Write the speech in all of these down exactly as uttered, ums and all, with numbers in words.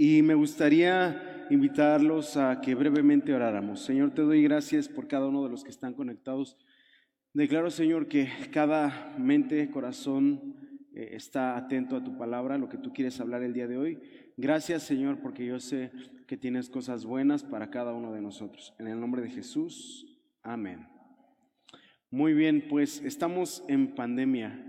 Y me gustaría invitarlos a que brevemente oráramos. Señor, te doy gracias por cada uno de los que están conectados. Declaro, Señor, que cada mente, corazón eh, está atento a tu palabra, lo que tú quieres hablar el día de hoy. Gracias, Señor, porque yo sé que tienes cosas buenas para cada uno de nosotros. En el nombre de Jesús, amén. Muy bien, pues estamos en pandemia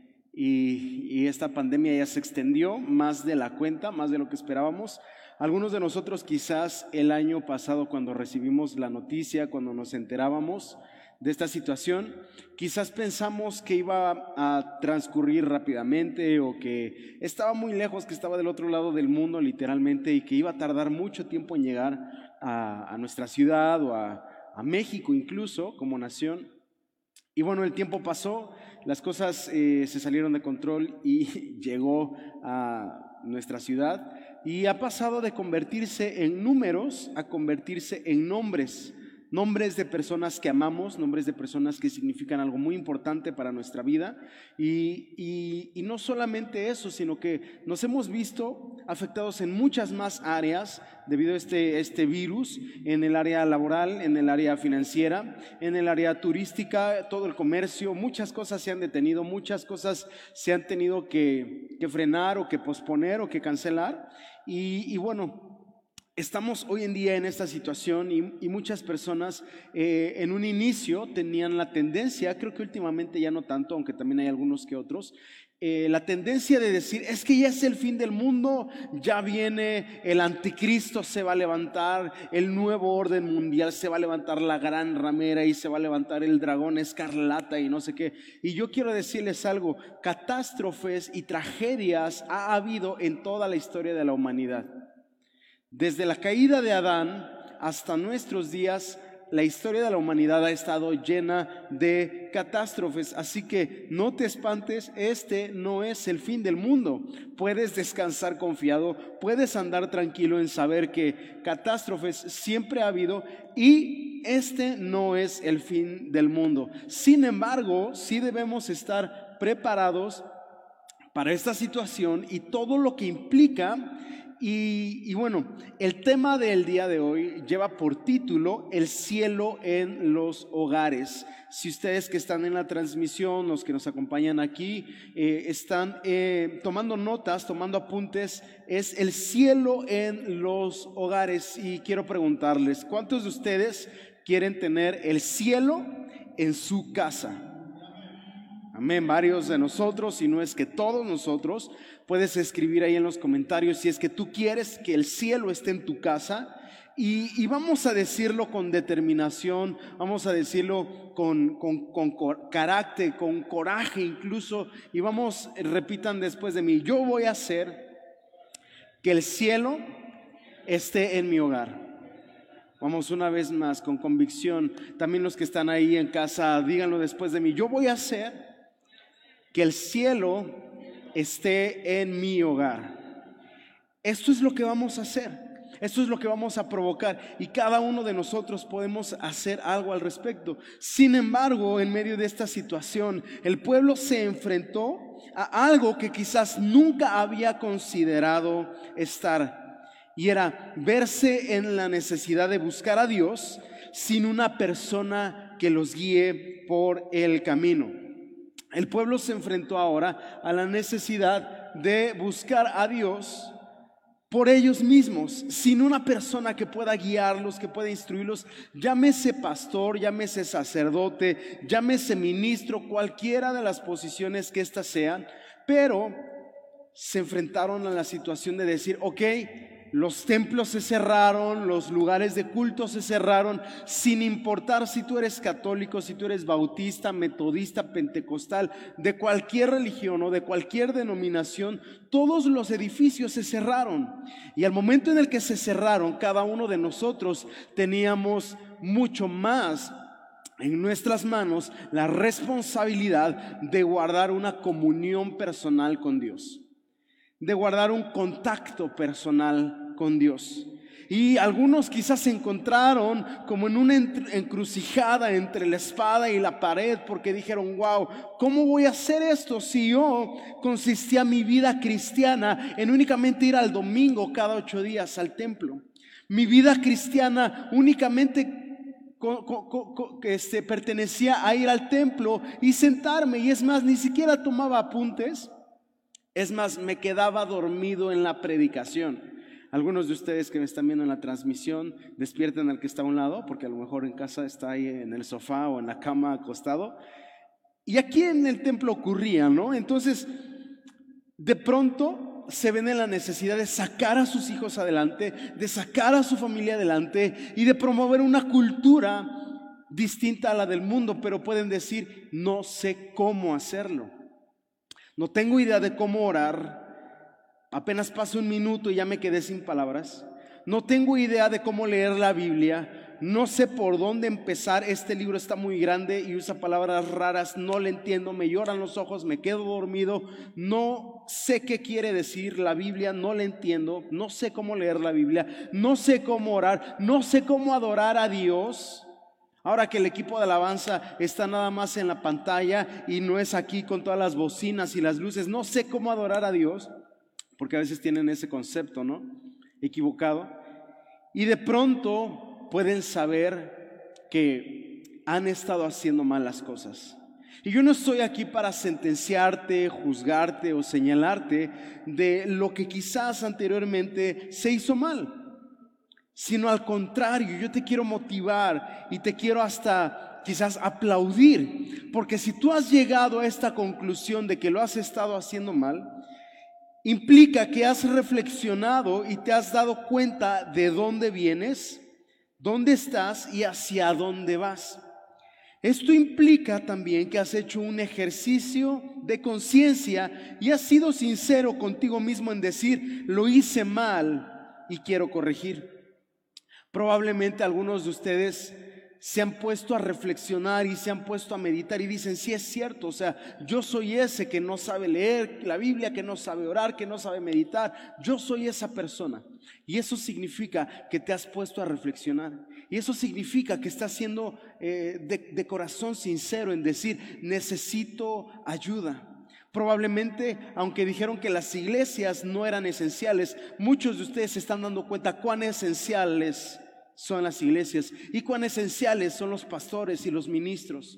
y, y esta pandemia ya se extendió más de la cuenta, más de lo que esperábamos. Algunos de nosotros quizás el año pasado, cuando recibimos la noticia, cuando nos enterábamos de esta situación, quizás pensamos que iba a transcurrir rápidamente o que estaba muy lejos, que estaba del otro lado del mundo literalmente y que iba a tardar mucho tiempo en llegar a, a nuestra ciudad o a, a México incluso como nación. Y bueno, el tiempo pasó, las cosas eh, se salieron de control y llegó a nuestra ciudad y ha pasado de convertirse en números a convertirse en nombres. Nombres de personas que amamos, nombres de personas que significan algo muy importante para nuestra vida y, y, y no solamente eso, sino que nos hemos visto afectados en muchas más áreas debido a este, este virus, en el área laboral, en el área financiera, en el área turística, todo el comercio, muchas cosas se han detenido, muchas cosas se han tenido que, que frenar o que posponer o que cancelar y, y bueno, estamos hoy en día en esta situación y, y muchas personas eh, en un inicio tenían la tendencia, creo que últimamente ya no tanto, aunque también hay algunos que otros, eh, la tendencia de decir, es que ya es el fin del mundo, ya viene el anticristo, se va a levantar, el nuevo orden mundial, se va a levantar la gran ramera y se va a levantar el dragón escarlata y no sé qué. Y yo quiero decirles algo, catástrofes y tragedias ha habido en toda la historia de la humanidad. Desde la caída de Adán hasta nuestros días, la historia de la humanidad ha estado llena de catástrofes. Así que no te espantes, este no es el fin del mundo. Puedes descansar confiado, puedes andar tranquilo en saber que catástrofes siempre ha habido y este no es el fin del mundo. Sin embargo, sí debemos estar preparados para esta situación y todo lo que implica. Y, y bueno, el tema del día de hoy lleva por título El cielo en los hogares. Si ustedes que están en la transmisión, los que nos acompañan aquí, eh, están eh, tomando notas, tomando apuntes, es el cielo en los hogares. Y quiero preguntarles, ¿cuántos de ustedes quieren tener el cielo en su casa? Amén, varios de nosotros, si no es que todos nosotros. Puedes escribir ahí en los comentarios si es que tú quieres que el cielo esté en tu casa y, y vamos a decirlo con determinación, vamos a decirlo con, con, con carácter, con coraje incluso, y vamos, repitan después de mí, yo voy a hacer que el cielo esté en mi hogar. Vamos una vez más con convicción, también los que están ahí en casa, díganlo después de mí, yo voy a hacer que el cielo esté en mi hogar. Esto es lo que vamos a hacer, esto es lo que vamos a provocar y cada uno de nosotros podemos hacer algo al respecto. Sin embargo, en medio de esta situación, el pueblo se enfrentó a algo que quizás nunca había considerado estar, y era verse en la necesidad de buscar a Dios sin una persona que los guíe por el camino. El pueblo se enfrentó ahora a la necesidad de buscar a Dios por ellos mismos, sin una persona que pueda guiarlos, que pueda instruirlos, llámese pastor, llámese sacerdote, llámese ministro, cualquiera de las posiciones que éstas sean, pero se enfrentaron a la situación de decir, ok, los templos se cerraron, los lugares de culto se cerraron, sin importar si tú eres católico, si tú eres bautista, metodista, pentecostal, de cualquier religión o de cualquier denominación, todos los edificios se cerraron. Y al momento en el que se cerraron, cada uno de nosotros teníamos mucho más en nuestras manos la responsabilidad de guardar una comunión personal con Dios, de guardar un contacto personal con Dios. Y algunos quizás se encontraron como en una encrucijada entre la espada y la pared, porque dijeron: wow, ¿cómo voy a hacer esto si yo consistía mi vida cristiana en únicamente ir al domingo cada ocho días al templo? Mi vida cristiana únicamente co- co- co- co- que este, pertenecía a ir al templo y sentarme, y es más, ni siquiera tomaba apuntes. Es más, me quedaba dormido en la predicación. Algunos de ustedes que me están viendo en la transmisión, despierten al que está a un lado, porque a lo mejor en casa está ahí en el sofá o en la cama acostado. Y aquí en el templo ocurría, ¿no? Entonces, de pronto se ven en la necesidad de sacar a sus hijos adelante, de sacar a su familia adelante y de promover una cultura distinta a la del mundo, pero pueden decir: no sé cómo hacerlo. No tengo idea de cómo orar. Apenas pasó un minuto y ya me quedé sin palabras. No tengo idea de cómo leer la Biblia. No sé por dónde empezar. Este libro está muy grande y usa palabras raras. No le entiendo. Me lloran los ojos. Me quedo dormido. No sé qué quiere decir la Biblia. No le entiendo. No sé cómo leer la Biblia. No sé cómo orar. No sé cómo adorar a Dios. Ahora que el equipo de alabanza está nada más en la pantalla y no es aquí con todas las bocinas y las luces. No sé cómo adorar a Dios, porque a veces tienen ese concepto, ¿no? Equivocado. Y de pronto pueden saber que han estado haciendo mal las cosas. Y yo no estoy aquí para sentenciarte, juzgarte o señalarte de lo que quizás anteriormente se hizo mal, sino al contrario, yo te quiero motivar y te quiero hasta quizás aplaudir, porque si tú has llegado a esta conclusión de que lo has estado haciendo mal, implica que has reflexionado y te has dado cuenta de dónde vienes, dónde estás y hacia dónde vas. Esto implica también que has hecho un ejercicio de conciencia y has sido sincero contigo mismo en decir: lo hice mal y quiero corregir. Probablemente algunos de ustedes se han puesto a reflexionar y se han puesto a meditar y dicen: sí, es cierto, o sea, yo soy ese que no sabe leer la Biblia, que no sabe orar, que no sabe meditar. Yo soy esa persona. Y eso significa que te has puesto a reflexionar. Y eso significa que estás siendo eh, de, de corazón sincero en decir: necesito ayuda. Probablemente, aunque dijeron que las iglesias no eran esenciales, muchos de ustedes se están dando cuenta cuán esenciales son las iglesias y cuán esenciales son los pastores y los ministros.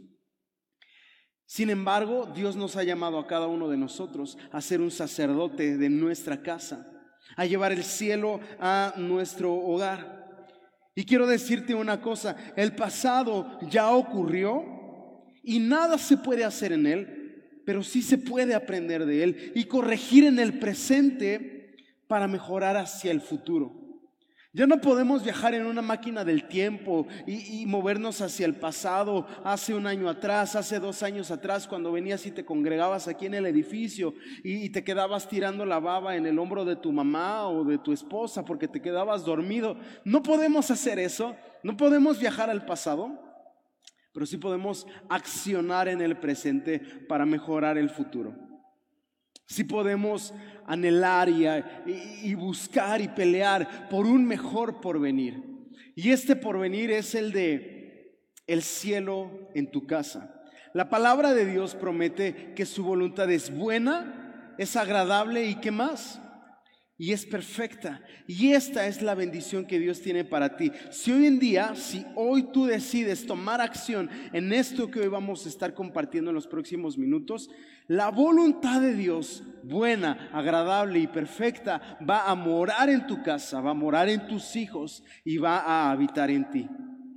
Sin embargo, Dios nos ha llamado a cada uno de nosotros a ser un sacerdote de nuestra casa, a llevar el cielo a nuestro hogar. Y quiero decirte una cosa: el pasado ya ocurrió y nada se puede hacer en él, pero sí se puede aprender de él y corregir en el presente para mejorar hacia el futuro. Ya no podemos viajar en una máquina del tiempo y, y movernos hacia el pasado, hace un año atrás, hace dos años atrás, cuando venías y te congregabas aquí en el edificio y, y te quedabas tirando la baba en el hombro de tu mamá o de tu esposa porque te quedabas dormido. No podemos hacer eso, no podemos viajar al pasado, pero sí podemos accionar en el presente para mejorar el futuro. Sí podemos anhelar y, y, y buscar y pelear por un mejor porvenir. Y este porvenir es el de el cielo en tu casa. La palabra de Dios promete que su voluntad es buena, es agradable y ¿qué más? Y es perfecta. Y esta es la bendición que Dios tiene para ti. Si hoy en día, si hoy tú decides tomar acción en esto que hoy vamos a estar compartiendo en los próximos minutos, la voluntad de Dios, buena, agradable y perfecta, va a morar en tu casa, va a morar en tus hijos y va a habitar en ti.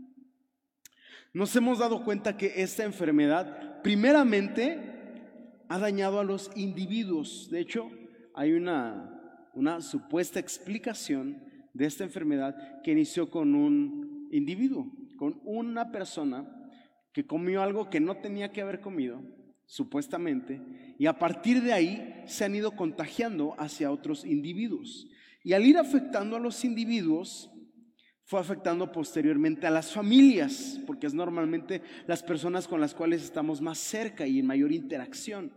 Nos hemos dado cuenta que esta enfermedad, primeramente, ha dañado a los individuos. De hecho, hay una... una supuesta explicación de esta enfermedad que inició con un individuo, con una persona que comió algo que no tenía que haber comido, supuestamente, y a partir de ahí se han ido contagiando hacia otros individuos. Y al ir afectando a los individuos, fue afectando posteriormente a las familias, porque es normalmente las personas con las cuales estamos más cerca y en mayor interacción.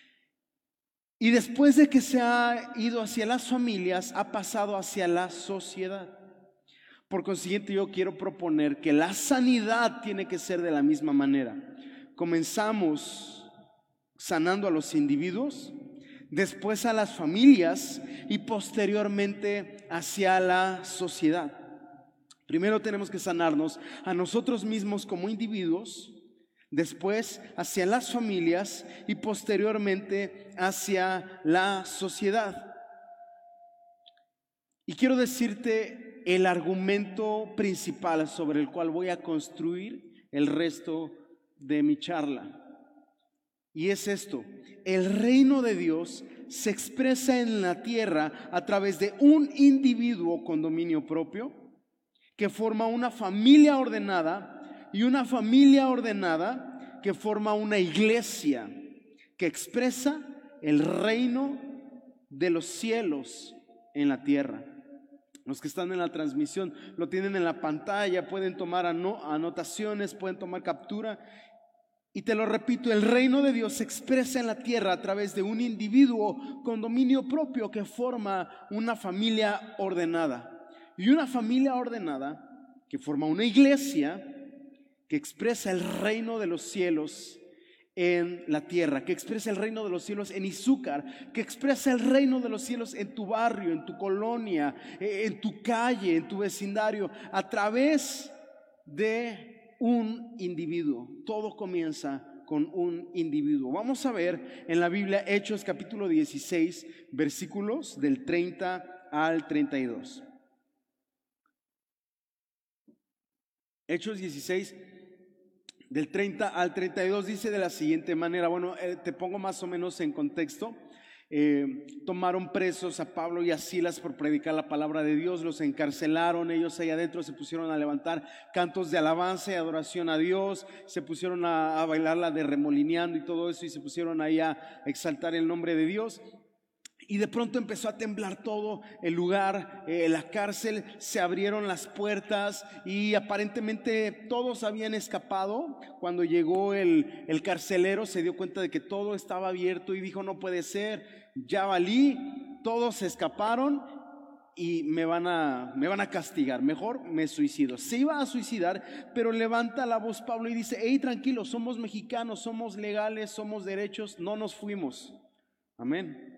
Y después de que se ha ido hacia las familias, ha pasado hacia la sociedad. Por consiguiente, yo quiero proponer que la sanidad tiene que ser de la misma manera. Comenzamos sanando a los individuos, después a las familias y posteriormente hacia la sociedad. Primero tenemos que sanarnos a nosotros mismos como individuos, después hacia las familias y posteriormente hacia la sociedad. Y quiero decirte el argumento principal sobre el cual voy a construir el resto de mi charla. Y es esto: el reino de Dios se expresa en la tierra a través de un individuo con dominio propio que forma una familia ordenada, y una familia ordenada que forma una iglesia que expresa el reino de los cielos en la tierra. Los que están en la transmisión lo tienen en la pantalla, pueden tomar anotaciones, pueden tomar captura. Y te lo repito, el reino de Dios se expresa en la tierra a través de un individuo con dominio propio que forma una familia ordenada. Y una familia ordenada que forma una iglesia que expresa el reino de los cielos en la tierra, que expresa el reino de los cielos en Izúcar, que expresa el reino de los cielos en tu barrio, en tu colonia, en tu calle, en tu vecindario, a través de un individuo. Todo comienza con un individuo. Vamos a ver en la Biblia Hechos capítulo dieciséis, versículos del treinta al treinta y dos. Hechos dieciséis, del treinta al treinta y dos, dice de la siguiente manera. Bueno, eh, te pongo más o menos en contexto. Eh, tomaron presos a Pablo y a Silas por predicar la palabra de Dios, los encarcelaron, ellos ahí adentro se pusieron a levantar cantos de alabanza y adoración a Dios, se pusieron a, a bailar la de remolineando y todo eso, y se pusieron ahí a exaltar el nombre de Dios. Y de pronto empezó a temblar todo el lugar, eh, la cárcel, se abrieron las puertas y aparentemente todos habían escapado. Cuando llegó el, el carcelero se dio cuenta de que todo estaba abierto y dijo: no puede ser, ya valí, todos se escaparon y me van a, me van a castigar, mejor me suicido. Se iba a suicidar, pero levanta la voz Pablo y dice: hey, tranquilos, somos mexicanos, somos legales, somos derechos, no nos fuimos. Amén.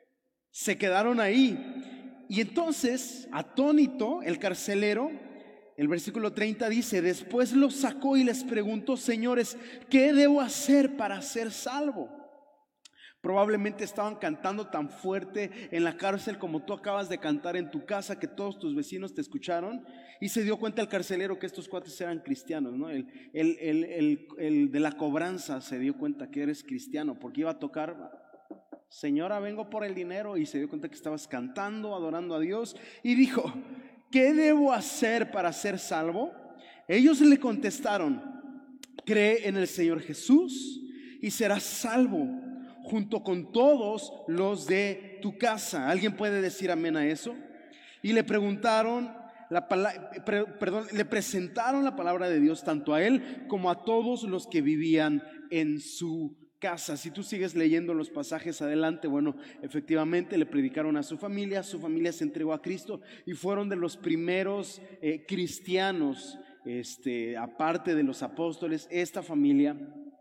Se quedaron ahí. Y entonces, atónito, el carcelero, el versículo treinta dice: después los sacó y les preguntó: señores, ¿qué debo hacer para ser salvo? Probablemente estaban cantando tan fuerte en la cárcel como tú acabas de cantar en tu casa, que todos tus vecinos te escucharon, y se dio cuenta el carcelero que estos cuates eran cristianos, ¿no? El, el, el, el, el de la cobranza se dio cuenta que eres cristiano, porque iba a tocar: señora, vengo por el dinero, y se dio cuenta que estabas cantando, adorando a Dios, y dijo: ¿qué debo hacer para ser salvo? Ellos le contestaron: cree en el Señor Jesús y serás salvo, junto con todos los de tu casa. ¿Alguien puede decir amén a eso? Y le preguntaron la palabra, perdón, le presentaron la palabra de Dios tanto a él como a todos los que vivían en su casa. Si tú sigues leyendo los pasajes adelante, bueno, efectivamente le predicaron a su familia, su familia se entregó a Cristo y fueron de los primeros eh, cristianos, este, aparte de los apóstoles, esta familia,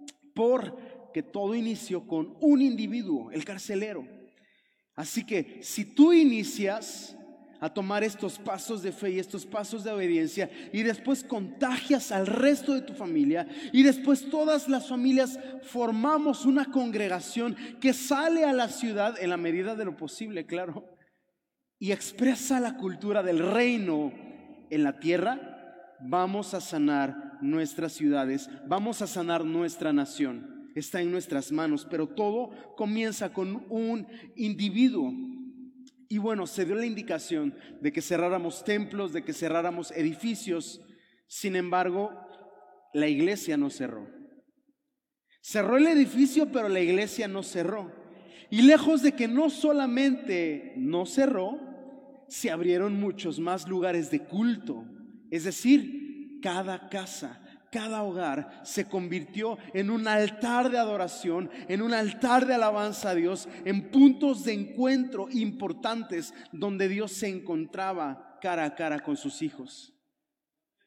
porque todo inició con un individuo, el carcelero. Así que si tú inicias a tomar estos pasos de fe y estos pasos de obediencia, y después contagias al resto de tu familia, y después todas las familias formamos una congregación que sale a la ciudad en la medida de lo posible, claro, y expresa la cultura del reino en la tierra, vamos a sanar nuestras ciudades, vamos a sanar nuestra nación. Está en nuestras manos, pero todo comienza con un individuo. Y bueno, se dio la indicación de que cerráramos templos, de que cerráramos edificios. Sin embargo, la iglesia no cerró. Cerró el edificio, pero la iglesia no cerró. Y lejos de que no solamente no cerró, se abrieron muchos más lugares de culto. Es decir, cada casa, cada hogar se convirtió en un altar de adoración, en un altar de alabanza a Dios, en puntos de encuentro importantes donde Dios se encontraba cara a cara con sus hijos.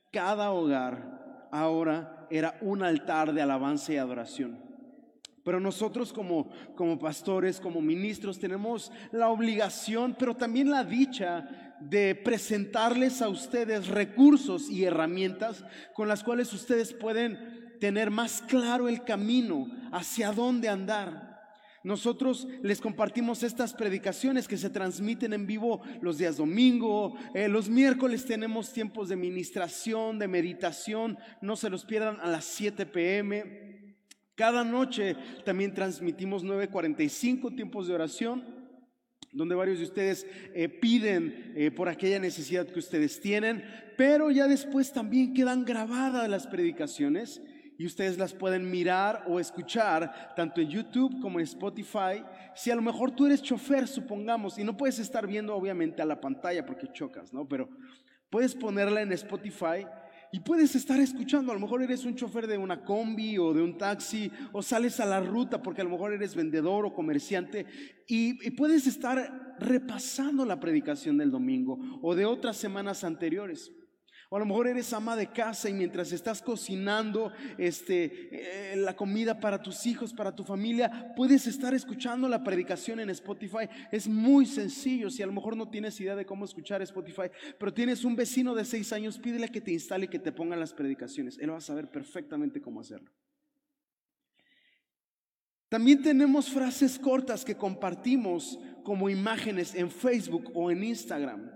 cada hogar ahora era un altar de alabanza y adoración. Pero nosotros como, como pastores, como ministros, tenemos la obligación, pero también la dicha de presentarles a ustedes recursos y herramientas con las cuales ustedes pueden tener más claro el camino hacia dónde andar. Nosotros les compartimos estas predicaciones que se transmiten en vivo los días domingo. Eh, los miércoles tenemos tiempos de ministración, de meditación. No se los pierdan, a las siete p m Cada noche también transmitimos nueve cuarenta y cinco tiempos de oración, donde varios de ustedes eh, piden eh, por aquella necesidad que ustedes tienen, pero ya después también quedan grabadas las predicaciones y ustedes las pueden mirar o escuchar tanto en YouTube como en Spotify. Si a lo mejor tú eres chofer, supongamos, y no puedes estar viendo obviamente a la pantalla porque chocas, ¿no? Pero puedes ponerla en Spotify y puedes estar escuchando. A lo mejor eres un chofer de una combi o de un taxi, o sales a la ruta porque a lo mejor eres vendedor o comerciante, y, y puedes estar repasando la predicación del domingo o de otras semanas anteriores. O a lo mejor eres ama de casa y mientras estás cocinando este, eh, la comida para tus hijos, para tu familia, puedes estar escuchando la predicación en Spotify. Es muy sencillo. Si a lo mejor no tienes idea de cómo escuchar Spotify, pero tienes un vecino de seis años, pídele que te instale y que te ponga las predicaciones. Él va a saber perfectamente cómo hacerlo. También tenemos frases cortas que compartimos como imágenes en Facebook o en Instagram.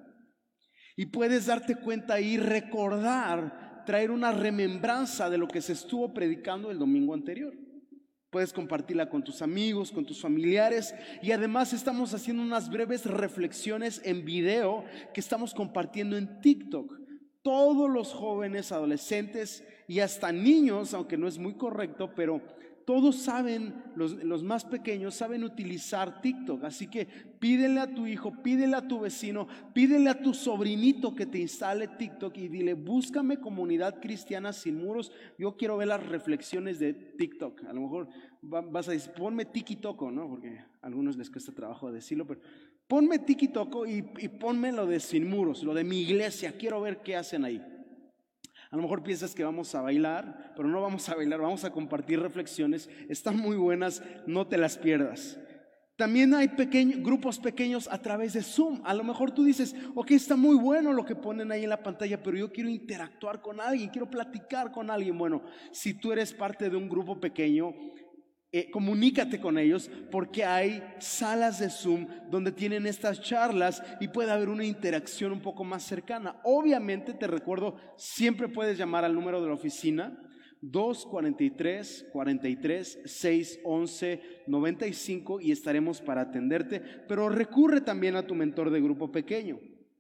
Y puedes darte cuenta y recordar, traer una remembranza de lo que se estuvo predicando el domingo anterior. Puedes compartirla con tus amigos, con tus familiares, y además estamos haciendo unas breves reflexiones en video que estamos compartiendo en TikTok. Todos los jóvenes, adolescentes y hasta niños, aunque no es muy correcto, pero todos saben, los, los más pequeños saben utilizar TikTok. Así que pídele a tu hijo, pídele a tu vecino, pídele a tu sobrinito que te instale TikTok y dile: búscame Comunidad Cristiana Sin Muros, yo quiero ver las reflexiones de TikTok. A lo mejor vas a decir: ponme tiki-toco, ¿no? Porque a algunos les cuesta trabajo decirlo, pero ponme tiki-toco y, y ponme lo de Sin Muros, lo de mi iglesia, quiero ver qué hacen ahí. A lo mejor piensas que vamos a bailar, pero no vamos a bailar, vamos a compartir reflexiones. Están muy buenas, no te las pierdas. También hay pequeños, grupos pequeños a través de Zoom. A lo mejor tú dices: ok, está muy bueno lo que ponen ahí en la pantalla, pero yo quiero interactuar con alguien, quiero platicar con alguien. Bueno, si tú eres parte de un grupo pequeño, Eh, comunícate con ellos, porque hay salas de Zoom donde tienen estas charlas y puede haber una interacción un poco más cercana. Obviamente te recuerdo, siempre puedes llamar al número de la oficina dos cuatro tres, cuatro tres, seis once, noventa y cinco y estaremos para atenderte, pero recurre también a tu mentor de grupo pequeño.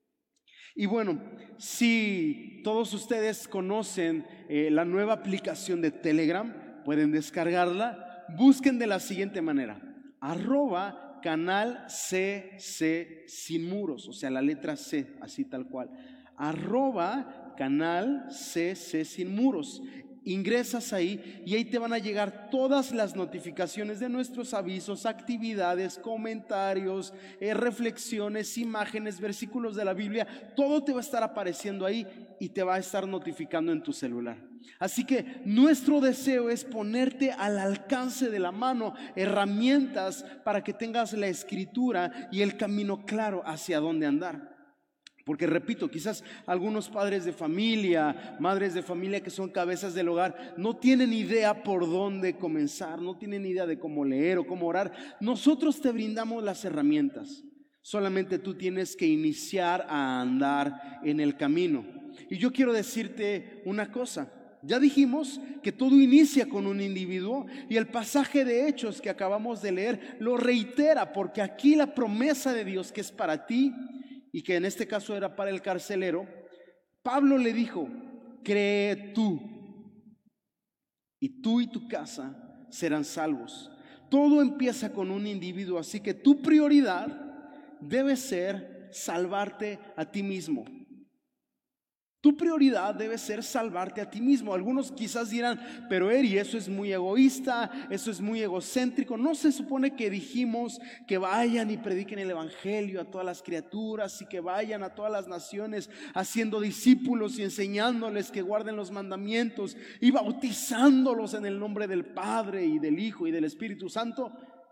Y bueno, si todos ustedes conocen eh, la nueva aplicación de Telegram, pueden descargarla. Busquen de la siguiente manera: arroba canal C C Sin Muros, o sea, la letra C, así tal cual. Arroba canal C C Sin Muros. Ingresas ahí y ahí te van a llegar todas las notificaciones de nuestros avisos, actividades, comentarios, eh, reflexiones, imágenes, versículos de la Biblia. Todo te va a estar apareciendo ahí y te va a estar notificando en tu celular. Así que nuestro deseo es ponerte al alcance de la mano herramientas para que tengas la escritura y el camino claro hacia dónde andar. Porque repito, quizás algunos padres de familia, madres de familia que son cabezas del hogar, no tienen idea por dónde comenzar, no tienen idea de cómo leer o cómo orar. Nosotros te brindamos las herramientas, solamente tú tienes que iniciar a andar en el camino. Y yo quiero decirte una cosa: ya dijimos que todo inicia con un individuo, y el pasaje de Hechos que acabamos de leer lo reitera, porque aquí la promesa de Dios, que es para ti y que en este caso era para el carcelero, Pablo le dijo: cree tú, y tú y tu casa serán salvos. Todo empieza con un individuo, así que tu prioridad debe ser salvarte a ti mismo. Tu prioridad debe ser salvarte a ti mismo. Algunos quizás dirán, pero Eri, eso es muy egoísta, eso es muy egocéntrico. ¿No se supone que dijimos que vayan y prediquen el evangelio a todas las criaturas y que vayan a todas las naciones haciendo discípulos y enseñándoles que guarden los mandamientos y bautizándolos en el nombre del Padre y del Hijo y del Espíritu Santo?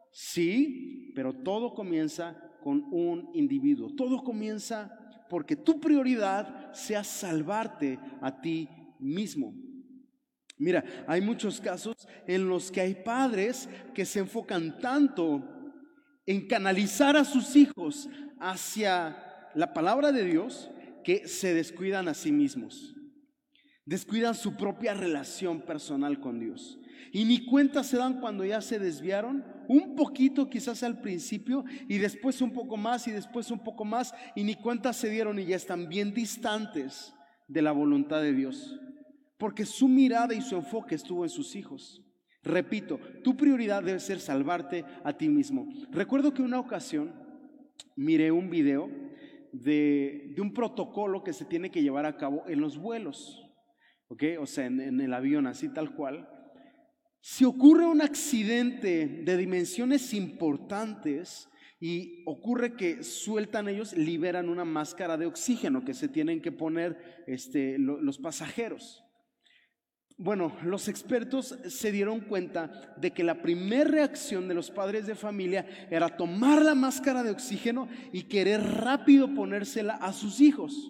Sí, pero todo comienza con un individuo. Todo comienza porque tu prioridad sea salvarte a ti mismo. Mira, hay muchos casos en los que hay padres que se enfocan tanto en canalizar a sus hijos hacia la palabra de Dios que se descuidan a sí mismos. Descuidan su propia relación personal con Dios. Y ni cuenta se dan cuando ya se desviaron, un poquito quizás al principio y después un poco más y después un poco más, y ni cuenta se dieron y ya están bien distantes de la voluntad de Dios, porque su mirada y su enfoque estuvo en sus hijos. Repito, tu prioridad debe ser salvarte a ti mismo. Recuerdo que una ocasión miré un video de, de un protocolo que se tiene que llevar a cabo en los vuelos, ¿ok? O sea, en, en el avión, así tal cual. Si ocurre un accidente de dimensiones importantes y ocurre que sueltan ellos, liberan una máscara de oxígeno que se tienen que poner este, lo, los pasajeros. Bueno, los expertos se dieron cuenta de que la primera reacción de los padres de familia era tomar la máscara de oxígeno y querer rápido ponérsela a sus hijos.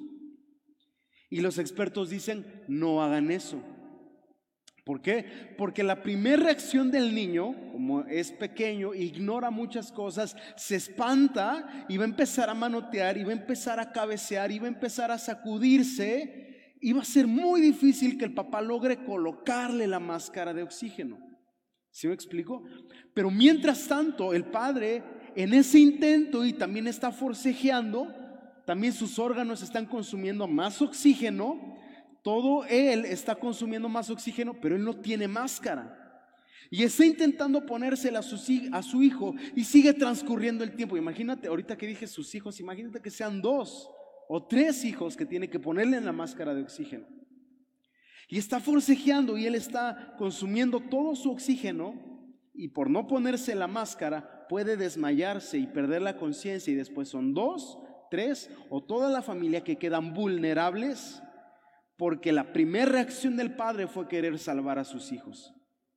Y los expertos dicen, no hagan eso. ¿Por qué? Porque la primera reacción del niño, como es pequeño, ignora muchas cosas, se espanta y va a empezar a manotear, y va a empezar a cabecear, y va a empezar a sacudirse, y va a ser muy difícil que el papá logre colocarle la máscara de oxígeno. ¿Sí me explico? Pero mientras tanto, el padre en ese intento y también está forcejeando, también sus órganos están consumiendo más oxígeno. Todo él está consumiendo más oxígeno, pero él no tiene máscara. Y está intentando ponérsela a su, a su hijo y sigue transcurriendo el tiempo. Imagínate, ahorita que dije sus hijos, imagínate que sean dos o tres hijos que tiene que ponerle en la máscara de oxígeno. Y está forcejeando y él está consumiendo todo su oxígeno, y por no ponerse la máscara puede desmayarse y perder la conciencia, y después son dos, tres o toda la familia que quedan vulnerables, porque la primera reacción del padre fue querer salvar a sus hijos.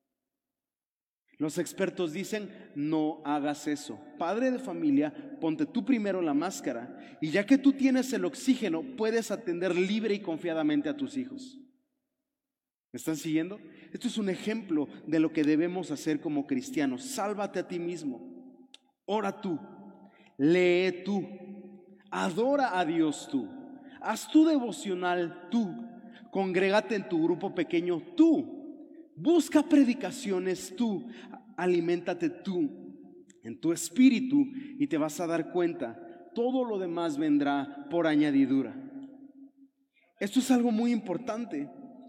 Los expertos dicen, no hagas eso. Padre de familia, ponte tú primero la máscara, y ya que tú tienes el oxígeno, puedes atender libre y confiadamente a tus hijos. ¿Me están siguiendo? Esto es un ejemplo de lo que debemos hacer como cristianos. Sálvate a ti mismo. Ora tú. Lee tú. Adora a Dios tú. Haz tu devocional tú. Congrégate en tu grupo pequeño tú. Busca predicaciones tú. Aliméntate tú en tu espíritu y te vas a dar cuenta. Todo lo demás vendrá por añadidura. Esto es algo muy importante.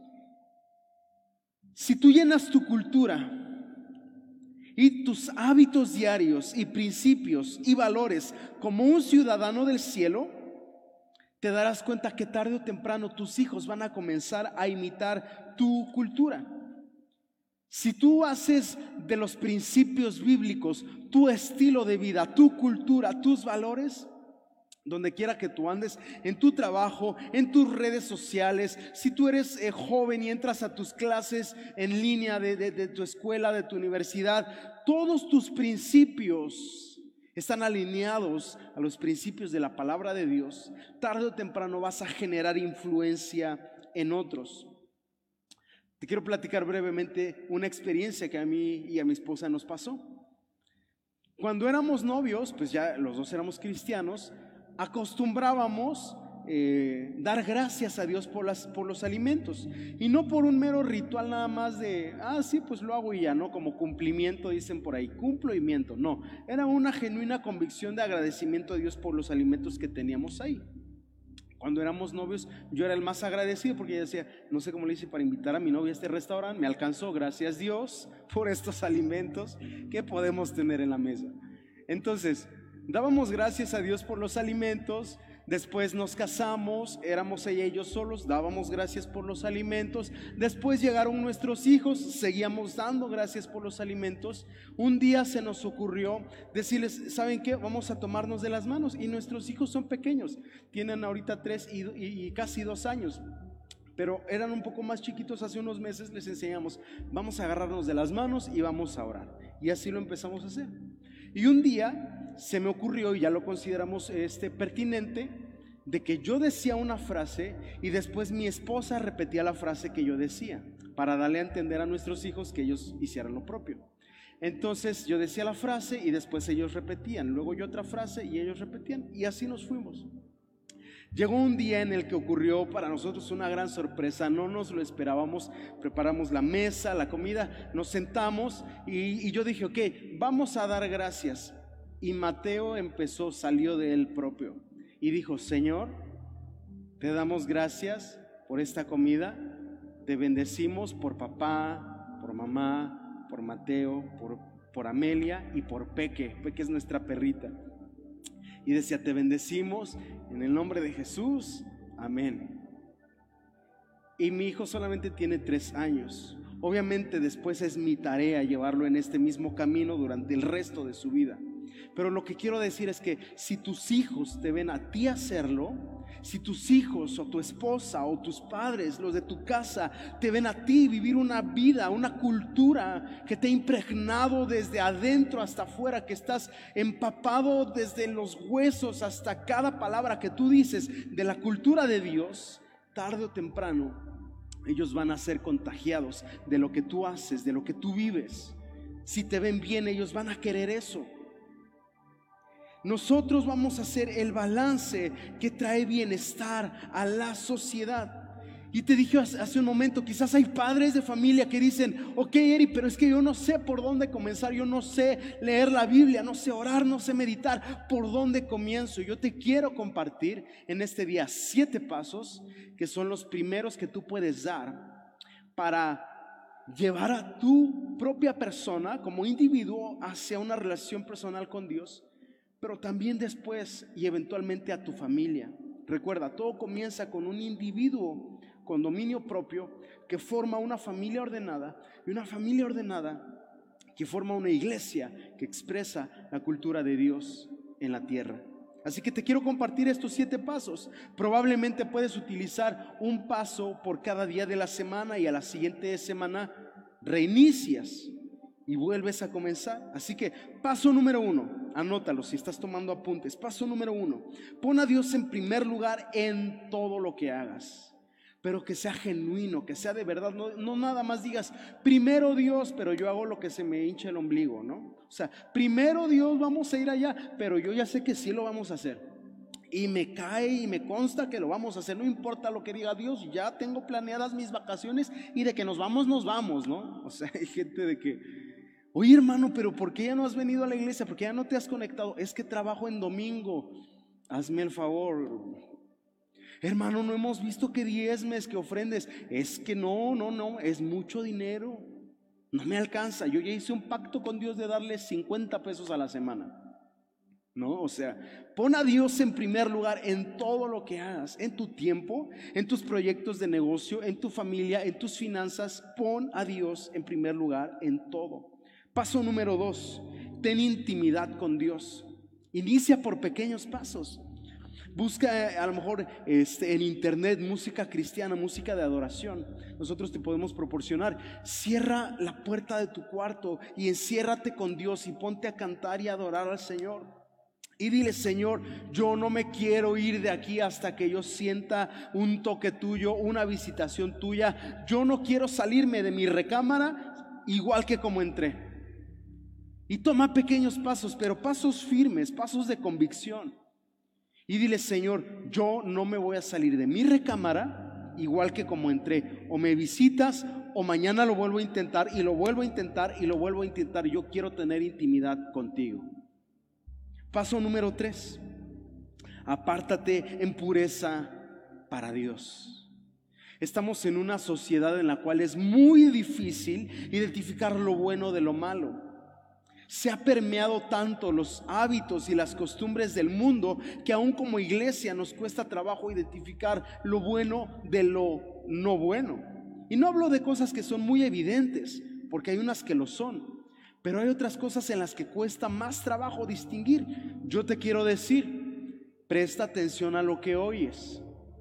Si tú llenas tu cultura y tus hábitos diarios y principios y valores como un ciudadano del cielo, te darás cuenta que tarde o temprano tus hijos van a comenzar a imitar tu cultura. Si tú haces de los principios bíblicos tu estilo de vida, tu cultura, tus valores, donde quiera que tú andes, en tu trabajo, en tus redes sociales, si tú eres eh, joven y entras a tus clases en línea de, de, de tu escuela, de tu universidad, todos tus principios están alineados a los principios de la palabra de Dios, tarde o temprano vas a generar influencia en otros. Te quiero platicar brevemente una experiencia que a mí y a mi esposa nos pasó. Cuando éramos novios, pues ya los dos éramos cristianos, acostumbrábamos eh, dar gracias a Dios por, las, por los alimentos, y no por un mero ritual nada más de, ah sí, pues lo hago y ya, no como cumplimiento, dicen por ahí, cumplo y miento. No, era una genuina convicción de agradecimiento a Dios por los alimentos que teníamos ahí. Cuando éramos novios, yo era el más agradecido porque ella decía, no sé cómo le hice para invitar a mi novia a este restaurante, me alcanzó, gracias Dios por estos alimentos que podemos tener en la mesa. Entonces, dábamos gracias a Dios por los alimentos, Después nos casamos, éramos ella y yo solos, dábamos gracias por los alimentos. Después llegaron nuestros hijos, seguíamos dando gracias por los alimentos. Un día se nos ocurrió decirles, ¿saben qué? Vamos a tomarnos de las manos. Y nuestros hijos son pequeños, tienen ahorita tres y, y, y casi dos años. Pero eran un poco más chiquitos. Hace unos meses les enseñamos, vamos a agarrarnos de las manos y vamos a orar. Y así lo empezamos a hacer. Y un día se me ocurrió, y ya lo consideramos este, pertinente, de que yo decía una frase y después mi esposa repetía la frase que yo decía, para darle a entender a nuestros hijos que ellos hicieran lo propio. Entonces yo decía la frase y después ellos repetían, luego yo otra frase y ellos repetían, y así nos fuimos. Llegó un día en el que ocurrió para nosotros una gran sorpresa, no nos lo esperábamos. Preparamos la mesa, la comida, nos sentamos y, y yo dije, ok, vamos a dar gracias. Y Mateo empezó, salió de él propio y dijo, Señor, te damos gracias por esta comida, te bendecimos por papá, por mamá, por Mateo, por, por Amelia y por Peque. Peque es nuestra perrita. Y decía, te bendecimos en el nombre de Jesús, amén. Y mi hijo solamente tiene tres años. Obviamente después es mi tarea llevarlo en este mismo camino durante el resto de su vida. Pero lo que quiero decir es que si tus hijos te ven a ti hacerlo, si tus hijos o tu esposa o tus padres, los de tu casa, te ven a ti vivir una vida, una cultura que te ha impregnado desde adentro hasta afuera, que estás empapado desde los huesos hasta cada palabra que tú dices de la cultura de Dios, tarde o temprano ellos van a ser contagiados de lo que tú haces, de lo que tú vives. Si te ven bien, ellos van a querer eso. Nosotros vamos a hacer el balance que trae bienestar a la sociedad. Y te dije hace un momento, quizás hay padres de familia que dicen, ok Eri, pero es que yo no sé por dónde comenzar, yo no sé leer la Biblia, no sé orar, no sé meditar, ¿por dónde comienzo? Yo te quiero compartir en este día siete pasos que son los primeros que tú puedes dar para llevar a tu propia persona como individuo hacia una relación personal con Dios, pero también después y eventualmente a tu familia. Recuerda, todo comienza con un individuo con dominio propio que forma una familia ordenada, y una familia ordenada que forma una iglesia que expresa la cultura de Dios en la tierra. Así que te quiero compartir estos siete pasos. Probablemente puedes utilizar un paso por cada día de la semana y a la siguiente semana reinicias y vuelves a comenzar. Así que paso número uno, anótalo si estás tomando apuntes. Paso número uno, pon a Dios en primer lugar en todo lo que hagas, pero que sea genuino, que sea de verdad. No, no nada más digas, primero Dios, pero yo hago lo que se me hincha el ombligo, ¿no? O sea, primero Dios, vamos a ir allá, pero yo ya sé que sí lo vamos a hacer. Y me cae y me consta que lo vamos a hacer, no importa lo que diga Dios, ya tengo planeadas mis vacaciones y de que nos vamos, nos vamos, ¿no? O sea, hay gente de que, oye hermano, pero ¿por qué ya no has venido a la iglesia? ¿Por qué ya no te has conectado? Es que trabajo en domingo, hazme el favor. Hermano, no hemos visto que diezmes, que ofrendes. Es que no, no, no, es mucho dinero, no me alcanza. Yo ya hice un pacto con Dios de darle cincuenta pesos a la semana. No, o sea, pon a Dios en primer lugar en todo lo que hagas, en tu tiempo, en tus proyectos de negocio, en tu familia, en tus finanzas. Pon a Dios en primer lugar en todo. Paso número dos, ten intimidad con Dios. Inicia por pequeños pasos. Busca a lo mejor este, en internet música cristiana, música de adoración. Nosotros te podemos proporcionar. Cierra la puerta de tu cuarto y enciérrate con Dios y ponte a cantar y a adorar al Señor. Y dile, Señor, yo no me quiero ir de aquí hasta que yo sienta un toque tuyo, una visitación tuya. Yo no quiero salirme de mi recámara igual que como entré. Y toma pequeños pasos, pero pasos firmes, pasos de convicción. Y dile, Señor, yo no me voy a salir de mi recámara igual que como entré. O me visitas o mañana lo vuelvo a intentar y lo vuelvo a intentar y lo vuelvo a intentar. Yo quiero tener intimidad contigo. Paso número tres, apártate en pureza para Dios. Estamos en una sociedad en la cual es muy difícil identificar lo bueno de lo malo. Se ha permeado tanto los hábitos y las costumbres del mundo que aún como iglesia nos cuesta trabajo identificar lo bueno de lo no bueno. Y no hablo de cosas que son muy evidentes, porque hay unas que lo son, pero hay otras cosas en las que cuesta más trabajo distinguir. Yo te quiero decir, presta atención a lo que oyes.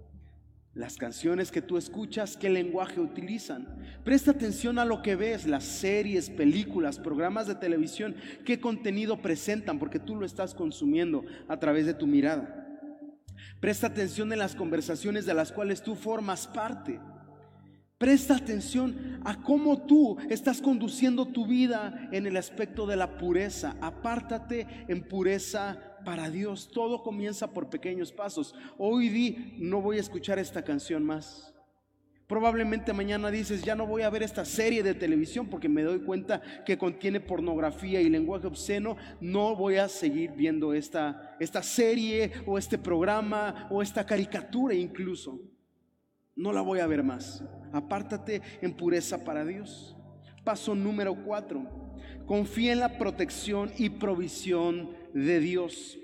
Las canciones que tú escuchas, ¿qué lenguaje utilizan? Presta atención a lo que ves, las series, películas, programas de televisión, ¿qué contenido presentan? Porque tú lo estás consumiendo a través de tu mirada. Presta atención en las conversaciones de las cuales tú formas parte. Presta atención a cómo tú estás conduciendo tu vida en el aspecto de la pureza. Apártate en pureza para Dios. Todo comienza por pequeños pasos. Hoy di, no voy a escuchar esta canción más. Probablemente mañana dices, ya no voy a ver esta serie de televisión porque me doy cuenta que contiene pornografía y lenguaje obsceno. No voy a seguir viendo esta, esta serie o este programa o esta caricatura incluso. No la voy a ver más. Apártate en pureza para Dios. Paso número cuatro. Confía en la protección y provisión de Dios.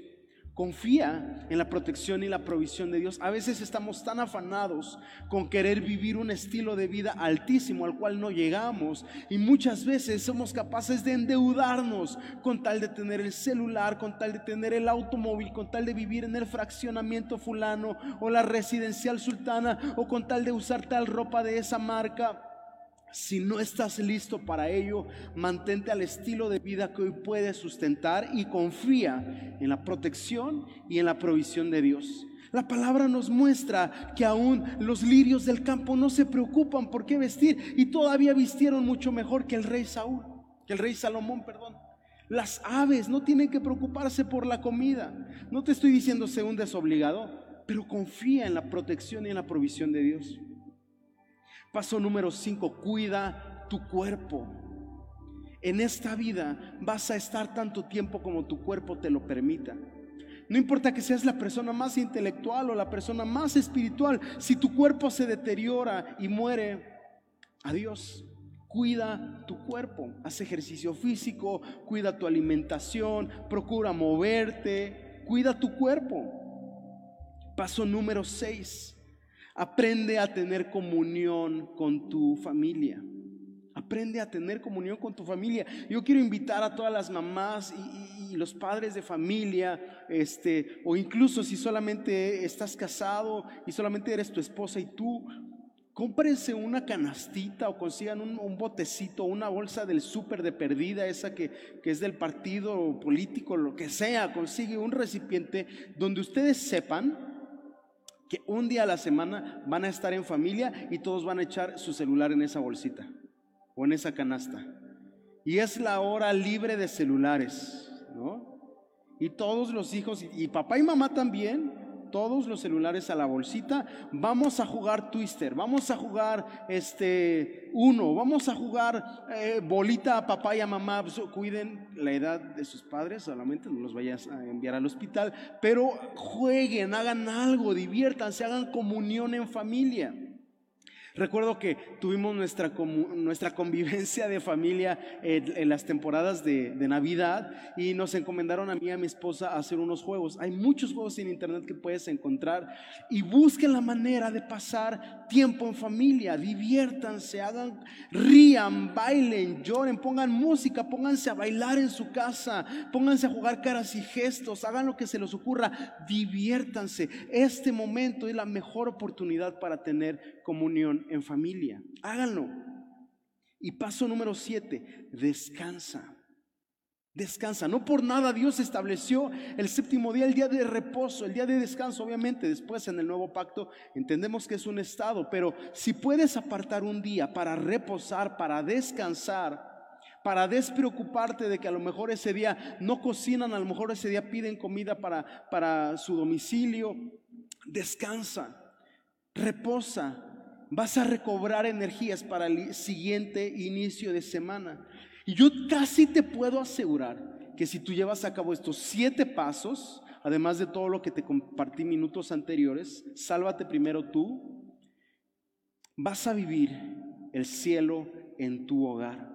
Confía en la protección y la provisión de Dios. A veces estamos tan afanados con querer vivir un estilo de vida altísimo al cual no llegamos, y muchas veces somos capaces de endeudarnos con tal de tener el celular, con tal de tener el automóvil, con tal de vivir en el fraccionamiento fulano o la residencial sultana, o con tal de usar tal ropa de esa marca. Si no estás listo para ello, mantente al estilo de vida que hoy puedes sustentar y confía en la protección y en la provisión de Dios. La palabra nos muestra que aún los lirios del campo no se preocupan por qué vestir, y todavía vistieron mucho mejor que el rey Saúl, que el rey Salomón, perdón. Las aves no tienen que preocuparse por la comida. No te estoy diciendo sé un desobligado, pero confía en la protección y en la provisión de Dios. Paso número cinco, cuida tu cuerpo. En esta vida vas a estar tanto tiempo como tu cuerpo te lo permita. No importa que seas la persona más intelectual o la persona más espiritual, si tu cuerpo se deteriora y muere, adiós. Cuida tu cuerpo, haz ejercicio físico, cuida tu alimentación, procura moverte, cuida tu cuerpo. Paso número seis. Aprende a tener comunión con tu familia. Aprende a tener comunión con tu familia. Yo quiero invitar a todas las mamás y, y, y los padres de familia, este, o incluso si solamente estás casado y solamente eres tu esposa y tú, cómprense una canastita o consigan un, un botecito, una bolsa del súper de perdida, esa que, que es del partido político, lo que sea. Consigue un recipiente donde ustedes sepan que un día a la semana van a estar en familia y todos van a echar su celular en esa bolsita o en esa canasta. Y es la hora libre de celulares, ¿no? Y todos los hijos, y papá y mamá también, todos los celulares a la bolsita. Vamos a jugar Twister, vamos a jugar este Uno, vamos a jugar eh, bolita a papá y a mamá. Pues, cuiden la edad de sus padres, solamente no los vayas a enviar al hospital, pero jueguen, hagan algo, diviértanse, hagan comunión en familia. Recuerdo que tuvimos nuestra, nuestra convivencia de familia en, en las temporadas de, de Navidad, y nos encomendaron a mí y a mi esposa a hacer unos juegos. Hay muchos juegos en internet que puedes encontrar, y busquen la manera de pasar tiempo en familia. Diviértanse, hagan, rían, bailen, lloren, pongan música, pónganse a bailar en su casa, pónganse a jugar caras y gestos, hagan lo que se les ocurra, diviértanse. Este momento es la mejor oportunidad para tener comunión en familia. Háganlo. Y paso número siete, descansa. Descansa. No por nada Dios estableció el séptimo día, el día de reposo, el día de descanso. Obviamente después en el nuevo pacto entendemos que es un estado, pero si puedes apartar un día para reposar, para descansar, para despreocuparte de que a lo mejor ese día no cocinan, a lo mejor ese día piden comida para, para su domicilio, descansa, reposa. Vas a recobrar energías para el siguiente inicio de semana. Y yo casi te puedo asegurar que si tú llevas a cabo estos siete pasos, además de todo lo que te compartí minutos anteriores, sálvate primero tú, vas a vivir el cielo en tu hogar.